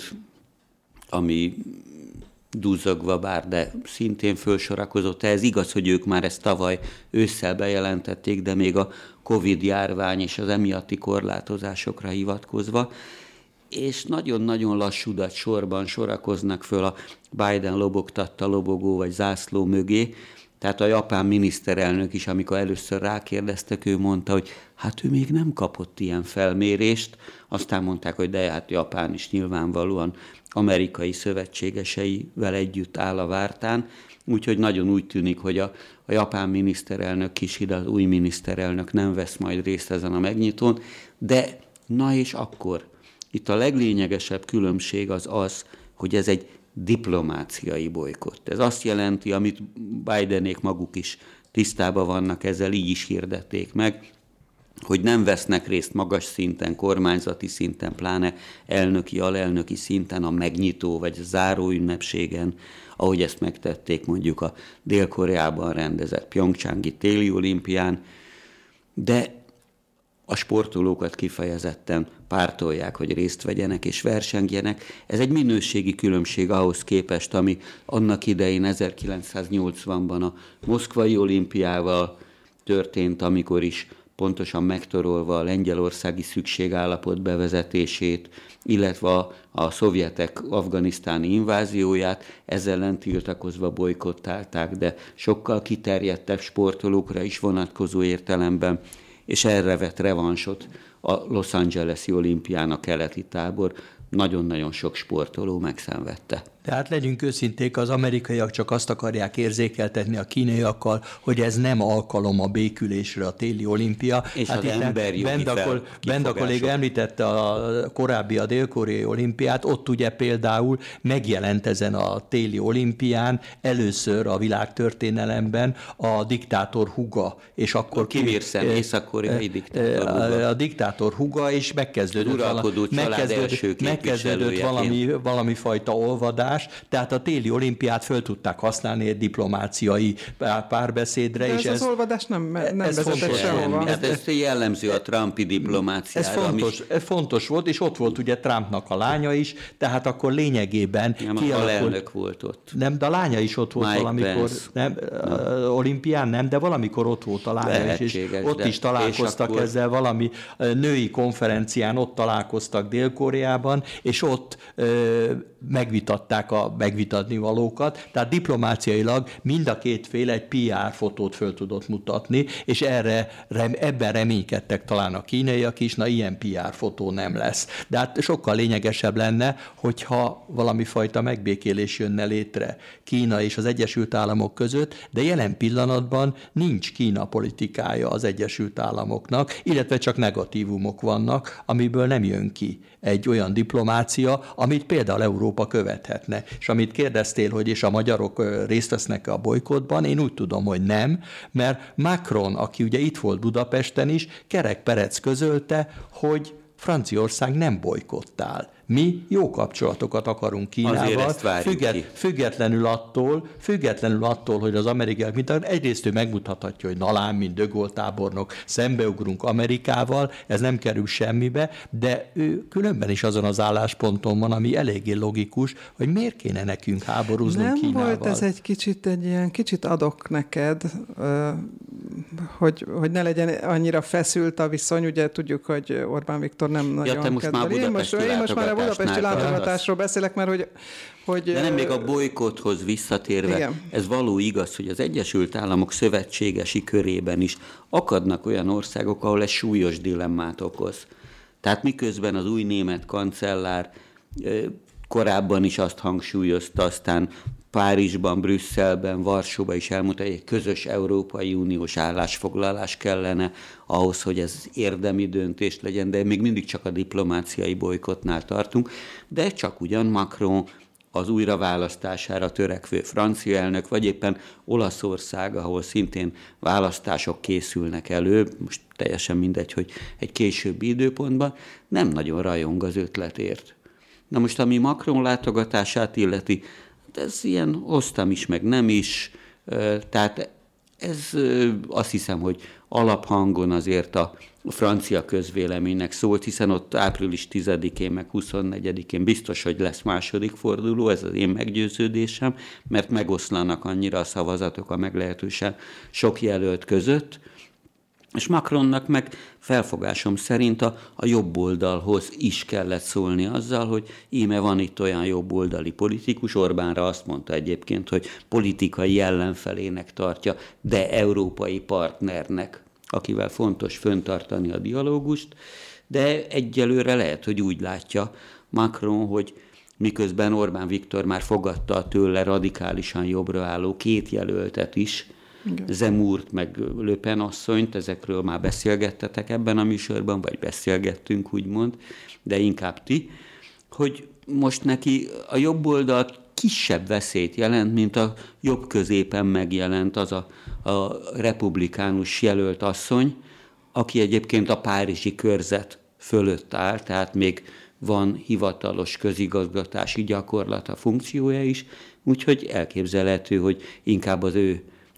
C: ami duzzogva bár, de szintén fölsorakozott. Ez igaz, hogy ők már ezt tavaly ősszel bejelentették, de még a Covid-járvány és az emiatti korlátozásokra hivatkozva, és nagyon-nagyon lassúdat sorban sorakoznak föl a Biden lobogtatta lobogó vagy zászló mögé. Tehát a japán miniszterelnök is, amikor először rákérdeztek, ő mondta, hogy hát ő még nem kapott ilyen felmérést. Aztán mondták, hogy de hát Japán is nyilvánvalóan amerikai szövetségeseivel együtt áll a vártán. Úgyhogy nagyon úgy tűnik, hogy a, a japán miniszterelnök, Kishida, az új miniszterelnök nem vesz majd részt ezen a megnyitón. De na és akkor? Itt a leglényegesebb különbség az az, hogy ez egy diplomáciai bolykott. Ez azt jelenti, amit Bidenék maguk is tisztában vannak ezzel, így is hirdették meg, hogy nem vesznek részt magas szinten, kormányzati szinten, pláne elnöki, alelnöki szinten a megnyitó vagy záró ünnepségen, ahogy ezt megtették mondjuk a Dél-Koreában rendezett Pjongcsangi téli olimpián, de a sportolókat kifejezetten pártolják, hogy részt vegyenek és versengjenek. Ez egy minőségi különbség ahhoz képest, ami annak idején ezerkilencszáznyolcvanban a moszkvai olimpiával történt, amikor is pontosan megtorolva a lengyelországi szükségállapot bevezetését, illetve a, a szovjetek afganisztáni invázióját, ezzel ellen tiltakozva bojkottálták, de sokkal kiterjedtebb sportolókra is vonatkozó értelemben, és erre vett revansot a Los Angeles-i olimpián a keleti tábor. Nagyon-nagyon sok sportoló megszenvedte.
D: Tehát legyünk őszinték, az amerikaiak csak azt akarják érzékeltetni a kínaiakkal, hogy ez nem alkalom a békülésre a téli olimpia.
C: És
D: hát
C: az emberi jogi
D: Benda kolléga említette a korábbi a dél-koreai olimpiát, ott ugye például megjelent ezen a téli olimpián először a világtörténelemben a diktátor húga. És akkor
C: Kimérszem, észak-koreai diktátor húga.
D: A diktátor húga, és megkezdődött,
C: uralkodó család első
D: megkezdődött, megkezdődött valami, valami fajta olvadás, olvadás, tehát a téli olimpiát föl tudták használni egy diplomáciai párbeszédre.
B: De ez
D: és
B: az
D: ez,
B: olvadás nem, nem
D: ez
B: vezetett sehova.
C: Ez, ez jellemző a Trumpi diplomáciára.
D: Ez fontos,
C: ami...
D: fontos volt, és ott volt ugye Trumpnak a lánya is, tehát akkor lényegében
C: nem, kialakult... a elnök volt ott.
D: Nem, de a lánya is ott volt
C: Mike
D: valamikor, nem, nem. olimpián nem, de valamikor ott volt a lánya is, és ott de, is találkoztak akkor... ezzel valami női konferencián, ott találkoztak Dél-Koreában, és ott ö, megvitatták a megvitatni valókat, tehát diplomáciailag mind a két fél egy pé er fotót föl tudott mutatni, és erre, rem, ebben reménykedtek talán a kínaiak is, na ilyen pé er fotó nem lesz. De hát sokkal lényegesebb lenne, hogyha valami fajta megbékélés jönne létre Kína és az Egyesült Államok között, de jelen pillanatban nincs Kína politikája az Egyesült Államoknak, illetve csak negatívumok vannak, amiből nem jön ki egy olyan diplomácia, amit például Európa követhetne. És amit kérdeztél, hogy és a magyarok részt vesznek a bolykotban, én úgy tudom, hogy nem, mert Macron, aki ugye itt volt Budapesten is, Kerek Perec közölte, hogy Franciaország nem bojkottál. Mi jó kapcsolatokat akarunk Kínával, függet, függetlenül attól, függetlenül attól, hogy az amerikaiak, mint egyrészt ő megmutathatja, hogy nalán, mint De Gaulle tábornok, szembeugrunk Amerikával, ez nem kerül semmibe, de ő különben is azon az állásponton van, ami eléggé logikus, hogy miért kéne nekünk háborúznunk
B: nem
D: Kínával.
B: Nem volt ez egy kicsit, egy ilyen kicsit adok neked, hogy, hogy ne legyen annyira feszült a viszony, ugye tudjuk, hogy Orbán Viktor nem nagyon
C: ja, te most
B: kedveli. Én most, én most már a budapesti látogatásról beszélek, mert hogy... hogy
C: de nem még a bolykothoz visszatérve, igen. Ez való igaz, hogy az Egyesült Államok szövetségesi körében is akadnak olyan országok, ahol ez súlyos dilemmát okoz. Tehát miközben az új német kancellár korábban is azt hangsúlyozta, aztán Párizsban, Brüsszelben, Varsóban is elmondta, hogy egy közös Európai Uniós állásfoglalás kellene ahhoz, hogy ez érdemi döntés legyen, de még mindig csak a diplomáciai bolykottnál tartunk, de csak ugyan Macron az újraválasztására törekvő francia elnök, vagy éppen Olaszország, ahol szintén választások készülnek elő, most teljesen mindegy, hogy egy későbbi időpontban, nem nagyon rajong az ötletért. Na most, ami Macron látogatását illeti, ez ilyen hoztam is, meg nem is, tehát ez azt hiszem, hogy alaphangon azért a francia közvéleménynek szólt, hiszen ott április tizedikén, meg huszonnegyedikén biztos, hogy lesz második forduló, ez az én meggyőződésem, mert megoszlanak annyira a szavazatok a meglehetősen sok jelölt között, és Macronnak meg felfogásom szerint a, a jobb oldalhoz is kellett szólni azzal, hogy íme van itt olyan jobboldali politikus, Orbánra azt mondta egyébként, hogy politikai ellenfelének tartja, de európai partnernek, akivel fontos föntartani a dialógust, de egyelőre lehet, hogy úgy látja Macron, hogy miközben Orbán Viktor már fogadta tőle radikálisan jobbra álló két jelöltet is, igen. Zemúrt meg Le Pen asszonyt, ezekről már beszélgettetek ebben a műsorban, vagy beszélgettünk úgymond, de inkább ti, hogy most neki a jobb oldal kisebb veszélyt jelent, mint a jobb középen megjelent az a, a republikánus jelölt asszony, aki egyébként a párizsi körzet fölött áll, tehát még van hivatalos közigazgatási gyakorlata, funkciója is, úgyhogy elképzelhető, hogy inkább az ő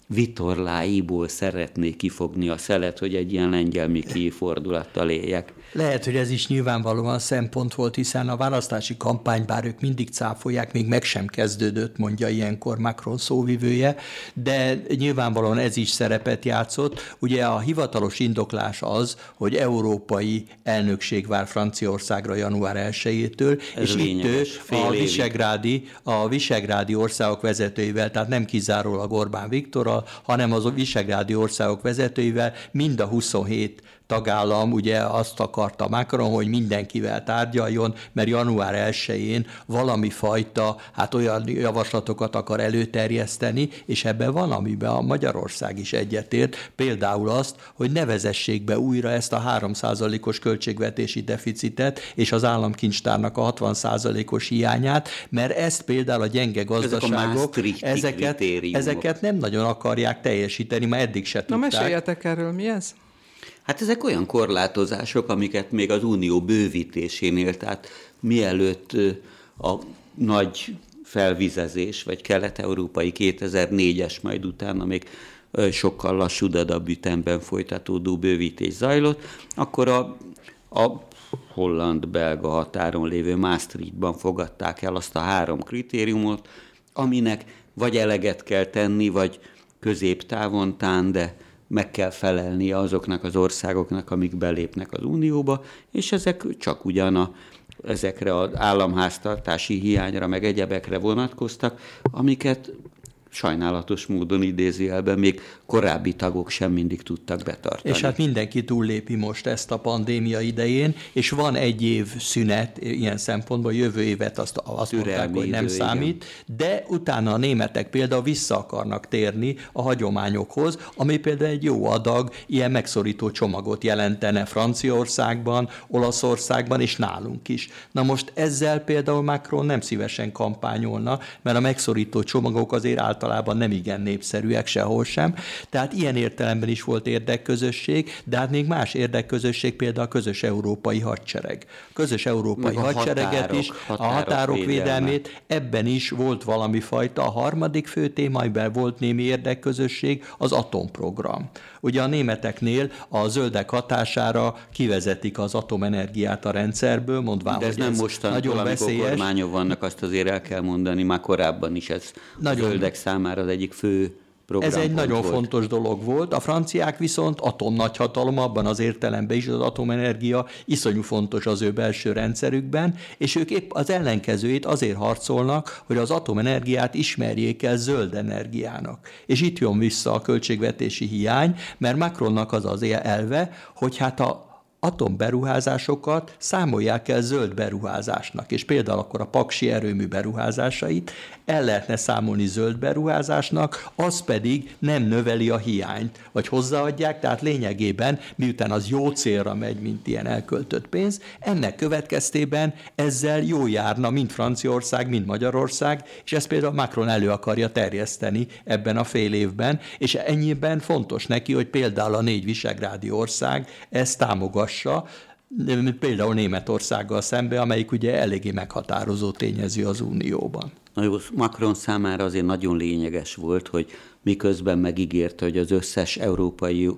C: vitorláiból szeretné kifogni a szelet, hogy egy ilyen lengyel Miki fordulattal éljek.
D: Lehet, hogy ez is nyilvánvalóan szempont volt, hiszen a választási kampány, bár ők mindig cáfolják, még meg sem kezdődött, mondja ilyenkor Macron szóvivője, de nyilvánvalóan ez is szerepet játszott. Ugye a hivatalos indoklás az, hogy európai elnökség vár Franciaországra január elsejétől, ez és lényeges, itt ő a visegrádi, a visegrádi országok vezetőivel, tehát nem kizárólag Orbán Viktorral, hanem az visegrádi országok vezetőivel, mind a huszonhét tagállam ugye azt akarta Macron, hogy mindenkivel tárgyaljon, mert január elsején valami fajta, hát olyan javaslatokat akar előterjeszteni, és ebben van, amiben a Magyarország is egyetért, például azt, hogy ne vezessék be újra ezt a három százalékos költségvetési deficitet, és az államkincstárnak a hatvan százalékos hiányát, mert ezt például a gyenge gazdaságok ezek a ezeket, ezeket nem nagyon akarják teljesíteni, már eddig se tudták.
B: Na meséljetek erről, mi ez?
C: Hát ezek olyan korlátozások, amiket még az unió bővítésénél, tehát mielőtt a nagy felvizezés, vagy kelet-európai kétezer-négyes, majd utána még sokkal lassúdadabb ütemben folytatódó bővítés zajlott, akkor a, a holland-belga határon lévő Maastrichtban fogadták el azt a három kritériumot, aminek vagy eleget kell tenni, vagy középtávon tán, de meg kell felelnie azoknak az országoknak, amik belépnek az Unióba, és ezek csak ugyan a, ezekre az államháztartási hiányra, meg egyebekre vonatkoztak, amiket sajnálatos módon idézőjelben még korábbi tagok sem mindig tudtak betartani.
D: És hát mindenki túllépi most ezt a pandémia idején, és van egy év szünet ilyen szempontból, jövő évet azt, azt mondták, hogy nem idő, számít, igen. De utána a németek például vissza akarnak térni a hagyományokhoz, ami például egy jó adag ilyen megszorító csomagot jelentene Franciaországban, Olaszországban és nálunk is. Na most ezzel például Macron nem szívesen kampányolna, mert a megszorító csomagok azért általában általában nem igen népszerűek sehol sem. Tehát ilyen értelemben is volt érdekközösség, de hát még más érdekközösség például a közös európai hadsereg. A közös európai
C: meg
D: hadsereget
C: a határok,
D: is, a határok védelmét, ebben is volt valami fajta. A harmadik fő téma, amiben volt némi érdekközösség, az atomprogram. Ugye a németeknél a zöldek hatására kivezetik az atomenergiát a rendszerből, mondván,
C: de ez
D: hogy
C: nem
D: ez
C: mostantól,
D: nagyon
C: amikor
D: veszélyes.
C: Kormányok vannak, azt azért el kell mondani, már korábban is ez nagyon, a zöldek számára az egyik fő program.
D: Ez egy nagyon
C: volt.
D: fontos dolog volt. A franciák viszont atomnagyhatalom, abban az értelemben is az atomenergia iszonyú fontos az ő belső rendszerükben, és ők épp az ellenkezőjét azért harcolnak, hogy az atomenergiát ismerjék el zöld energiának. És itt jön vissza a költségvetési hiány, mert Macronnak az az elve, hogy hát a atomberuházásokat számolják el zöld beruházásnak, és például akkor a paksi erőmű beruházásait el lehetne számolni zöld beruházásnak, az pedig nem növeli a hiányt, vagy hozzáadják, tehát lényegében, miután az jó célra megy, mint ilyen elköltött pénz, ennek következtében ezzel jó járna mind Franciaország, mind Magyarország, és ezt például Macron elő akarja terjeszteni ebben a fél évben, és ennyiben fontos neki, hogy például a négy visegrádi ország ezt támogassa, például Németországgal szembe, amelyik ugye eléggé meghatározó tényező az Unióban.
C: Na jó, Macron számára azért nagyon lényeges volt, hogy miközben megígérte, hogy az összes Európai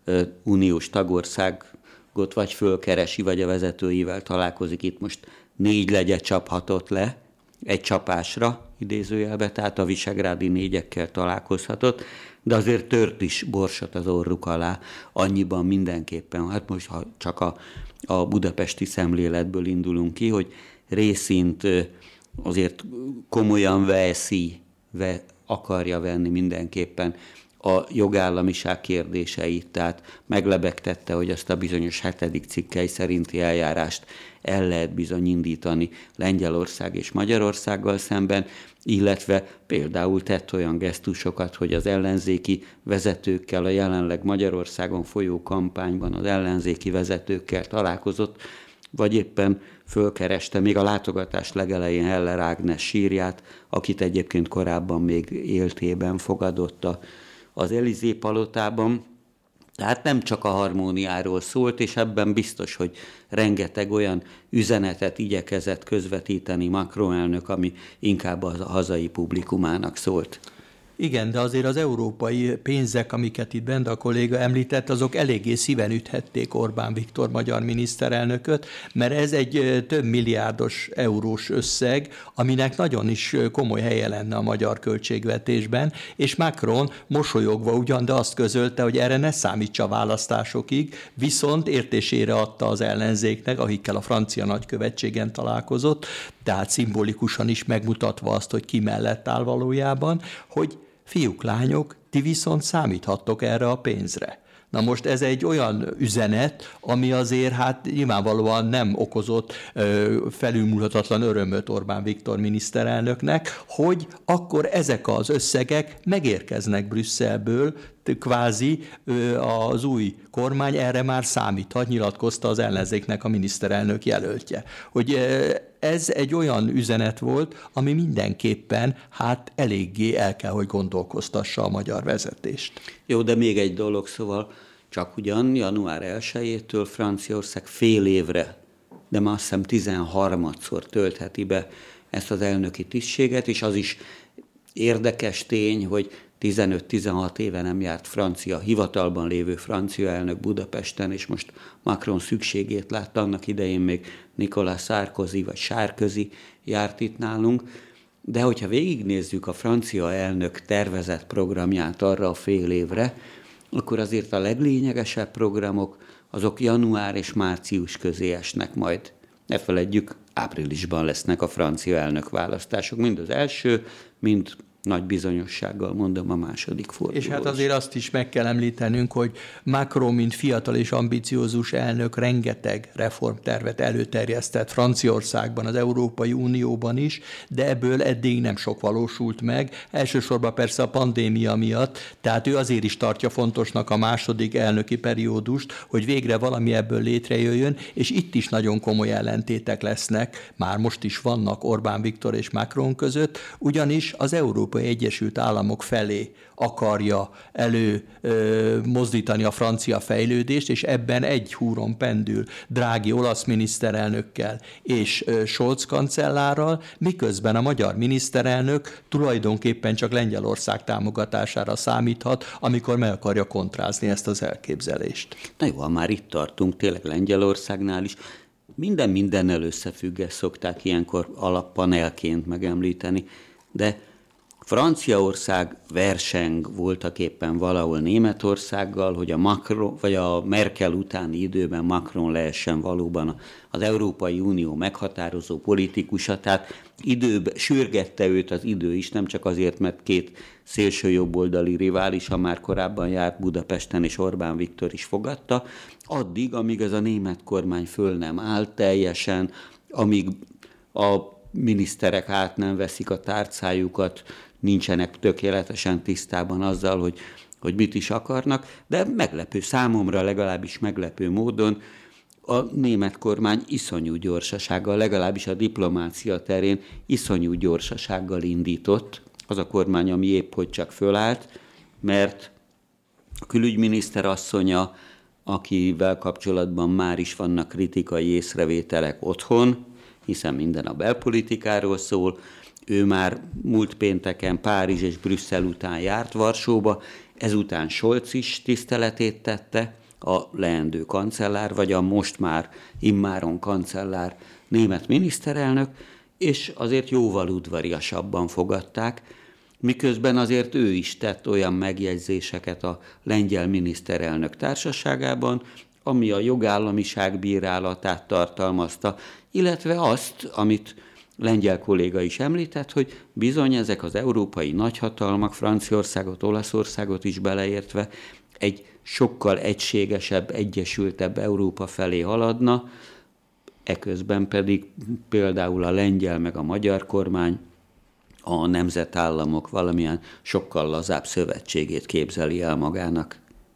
C: Uniós tagországot vagy fölkeresi, vagy a vezetőivel találkozik, itt most négy legyet csaphatott le egy csapásra, idézőjelbe, tehát a visegrádi négyekkel találkozhatott, de azért tört is borsot az orruk alá, annyiban mindenképpen, hát most ha csak a, a budapesti szemléletből indulunk ki, hogy részint azért komolyan veszi, ve, akarja venni mindenképpen a jogállamiság kérdéseit, tehát meglebegtette, hogy azt a bizonyos hetedik cikkely szerinti eljárást el lehet bizony indítani Lengyelország és Magyarországgal szemben, illetve például tett olyan gesztusokat, hogy az ellenzéki vezetőkkel, a jelenleg Magyarországon folyó kampányban az ellenzéki vezetőkkel találkozott, vagy éppen fölkereste még a látogatás legelején Heller Ágnes sírját, akit egyébként korábban még éltében fogadott a az Élysée palotában, tehát nem csak a harmóniáról szólt, és ebben biztos, hogy rengeteg olyan üzenetet igyekezett közvetíteni Macron elnök, ami inkább a hazai publikumának szólt.
D: Igen, de azért az európai pénzek, amiket itt Benda a kolléga említett, azok eléggé szíven üthették Orbán Viktor magyar miniszterelnököt, mert ez egy több milliárdos eurós összeg, aminek nagyon is komoly helye lenne a magyar költségvetésben, és Macron mosolyogva ugyan, de azt közölte, hogy erre ne számítsa választásokig, viszont értésére adta az ellenzéknek, akikkel a francia nagykövetségen találkozott, tehát szimbolikusan is megmutatva azt, hogy ki mellett áll valójában, hogy fiúk, lányok, ti viszont számíthattok erre a pénzre. Na most ez egy olyan üzenet, ami azért hát nyilvánvalóan nem okozott ö, felülmúlhatatlan örömöt Orbán Viktor miniszterelnöknek, hogy akkor ezek az összegek megérkeznek Brüsszelből, kvázi ö, az új kormány erre már számíthat, nyilatkozta az ellenzéknek a miniszterelnök jelöltje. Hogy ö, ez egy olyan üzenet volt, ami mindenképpen hát eléggé el kell, hogy gondolkoztassa a magyar vezetést.
C: Jó, de még egy dolog, szóval csak ugyan január elsejétől Franciaország fél évre de már azt hiszem tizenharmadszor töltheti be ezt az elnöki tisztséget, és az is érdekes tény, hogy tizenöt-tizenhat éve nem járt francia, hivatalban lévő francia elnök Budapesten, és most Macron szükségét látta, annak idején még Nicolas Sarkozy vagy Sárközi járt itt nálunk, de hogyha végignézzük a francia elnök tervezett programját arra a fél évre, akkor azért a leglényegesebb programok azok január és március közé esnek majd. Ne feledjük, áprilisban lesznek a francia elnök választások, mind az első, mind nagy bizonyossággal mondom a második forduló.
D: És hát azért azt is meg kell említenünk, hogy Macron, mint fiatal és ambiciózus elnök rengeteg reformtervet előterjesztett Franciaországban, az Európai Unióban is, de ebből eddig nem sok valósult meg. Elsősorban persze a pandémia miatt, tehát ő azért is tartja fontosnak a második elnöki periódust, hogy végre valami ebből létrejöjjön, és itt is nagyon komoly ellentétek lesznek, már most is vannak Orbán Viktor és Macron között, ugyanis az Európai Egyesült Államok felé akarja elő ö, mozdítani a francia fejlődést, és ebben egy húron pendül Draghi olasz miniszterelnökkel és ö, Scholz kancellárral, miközben a magyar miniszterelnök tulajdonképpen csak Lengyelország támogatására számíthat, amikor meg akarja kontrázni ezt az elképzelést.
C: Na jó, már itt tartunk, tényleg Lengyelországnál is. Minden mindennel összefügg, ezt szokták ilyenkor alappanelként megemlíteni, de Franciaország verseng voltak éppen valahol Németországgal, hogy a Macron, vagy a Merkel utáni időben Macron lehessen valóban az Európai Unió meghatározó politikusa, tehát időben sürgette őt az idő is, nem csak azért, mert két szélső jobboldali riválisa már korábban járt Budapesten, és Orbán Viktor is fogadta, addig, amíg ez a német kormány föl nem áll teljesen, amíg a miniszterek át nem veszik a tárcájukat, nincsenek tökéletesen tisztában azzal, hogy, hogy mit is akarnak, de meglepő számomra, legalábbis meglepő módon a német kormány iszonyú gyorsasággal, legalábbis a diplomácia terén iszonyú gyorsasággal indított, az a kormány, ami épp hogy csak fölállt, mert a külügyminiszter asszonya, akivel kapcsolatban már is vannak kritikai észrevételek otthon, hiszen minden a belpolitikáról szól, ő már múlt pénteken Párizs és Brüsszel után járt Varsóba, ezután Scholz is tiszteletét tette, a leendő kancellár, vagy a most már immáron kancellár német miniszterelnök, és azért jóval udvariasabban fogadták, miközben azért ő is tett olyan megjegyzéseket a lengyel miniszterelnök társaságában, ami a jogállamiság bírálatát tartalmazta, illetve azt, amit lengyel kolléga is említett, hogy bizony ezek az európai nagyhatalmak, Franciaországot, Olaszországot is beleértve, egy sokkal egységesebb, egyesültebb Európa felé haladna, eközben pedig például a lengyel meg a magyar kormány a nemzetállamok valamilyen sokkal lazább szövetségét képzeli el magának.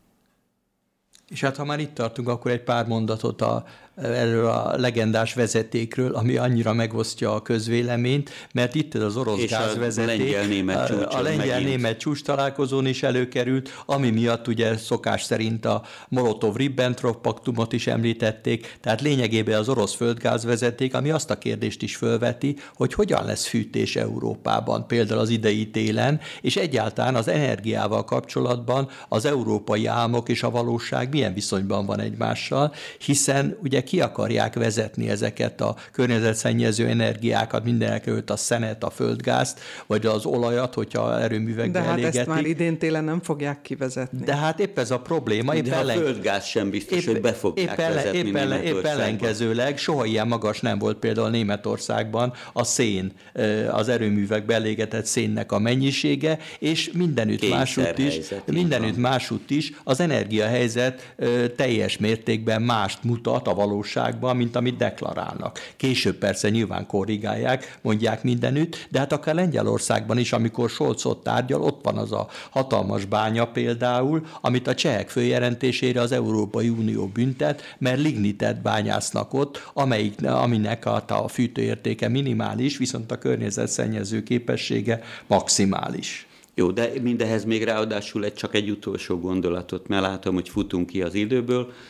D: És hát ha már itt tartunk, akkor egy pár mondatot a, erről a legendás vezetékről, ami annyira megosztja a közvéleményt, mert itt ez az orosz
C: és
D: gázvezeték, a lengyel-német csúcs, a lengyel-német csúcs találkozón is előkerült, ami miatt ugye szokás szerint a Molotov-Ribbentrop paktumot is említették, tehát lényegében az orosz földgázvezeték, ami azt a kérdést is fölveti, hogy hogyan lesz fűtés Európában, például az idei télen, és egyáltalán az energiával kapcsolatban az európai álmok és a valóság milyen viszonyban van egymással, hiszen ugye ki akarják vezetni ezeket a környezetszennyező energiákat, mindenekelőtt a szenet, a földgázt, vagy az olajat, hogyha erőművekbe
B: De hát
D: elégetik.
B: ezt már idén télen nem fogják kivezetni.
D: De hát épp ez a probléma. Épp
C: De
D: ellen...
C: a földgáz sem biztos, épp, hogy be fogják
D: épp ellen,
C: vezetni
D: épp, ellen, épp ellenkezőleg soha ilyen magas nem volt például Németországban a szén, az erőművekbe elégetett szénnek a mennyisége, és mindenütt másútt is, mindenütt másútt is az energiahelyzet teljes mértékben mást mutat a valóságban, mint amit deklarálnak. Később persze nyilván korrigálják, mondják mindenütt, de hát akár Lengyelországban is, amikor Scholz ott tárgyal, ott van az a hatalmas bánya például, amit a csehek följelentésére az Európai Unió büntet, mert lignitet bányásznak ott, amelyik, aminek a, a fűtőértéke minimális, viszont a környezetszennyező képessége maximális.
C: Jó, de mindehez még ráadásul egy, csak egy utolsó gondolatot, mert látom, hogy futunk ki az időből,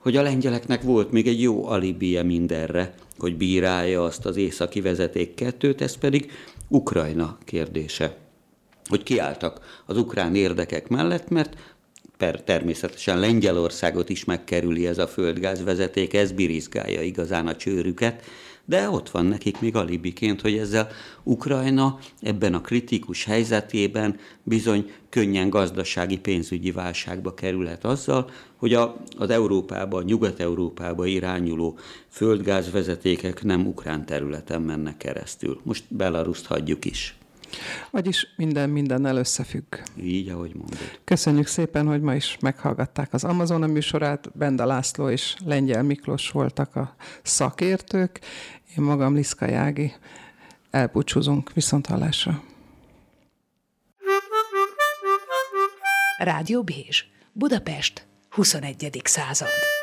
C: hogy a lengyeleknek volt még egy jó alibije mindenre, hogy bírálja azt az északi vezeték kettőt, ez pedig Ukrajna kérdése. Hogy kiálltak az ukrán érdekek mellett, mert per természetesen Lengyelországot is megkerüli ez a földgázvezeték, ez birizgálja igazán a csőrüket, de ott van nekik még alibiként, hogy ezzel Ukrajna ebben a kritikus helyzetében bizony könnyen gazdasági pénzügyi válságba kerülhet azzal, hogy a, az Európába, a Nyugat-Európába irányuló földgázvezetékek nem ukrán területen mennek keresztül. Most Belaruszt hagyjuk is.
B: Vagyis minden mindennel összefügg.
C: Így, ahogy mondod.
B: Köszönjük szépen, hogy ma is meghallgatták az Amazon műsorát. Benda László és Lengyel Miklós voltak a szakértők. Én magam, Liszka Jági. Elbúcsúzunk. Viszonthallásra.
E: Rádió Bézs. Budapest. huszonegyedik század.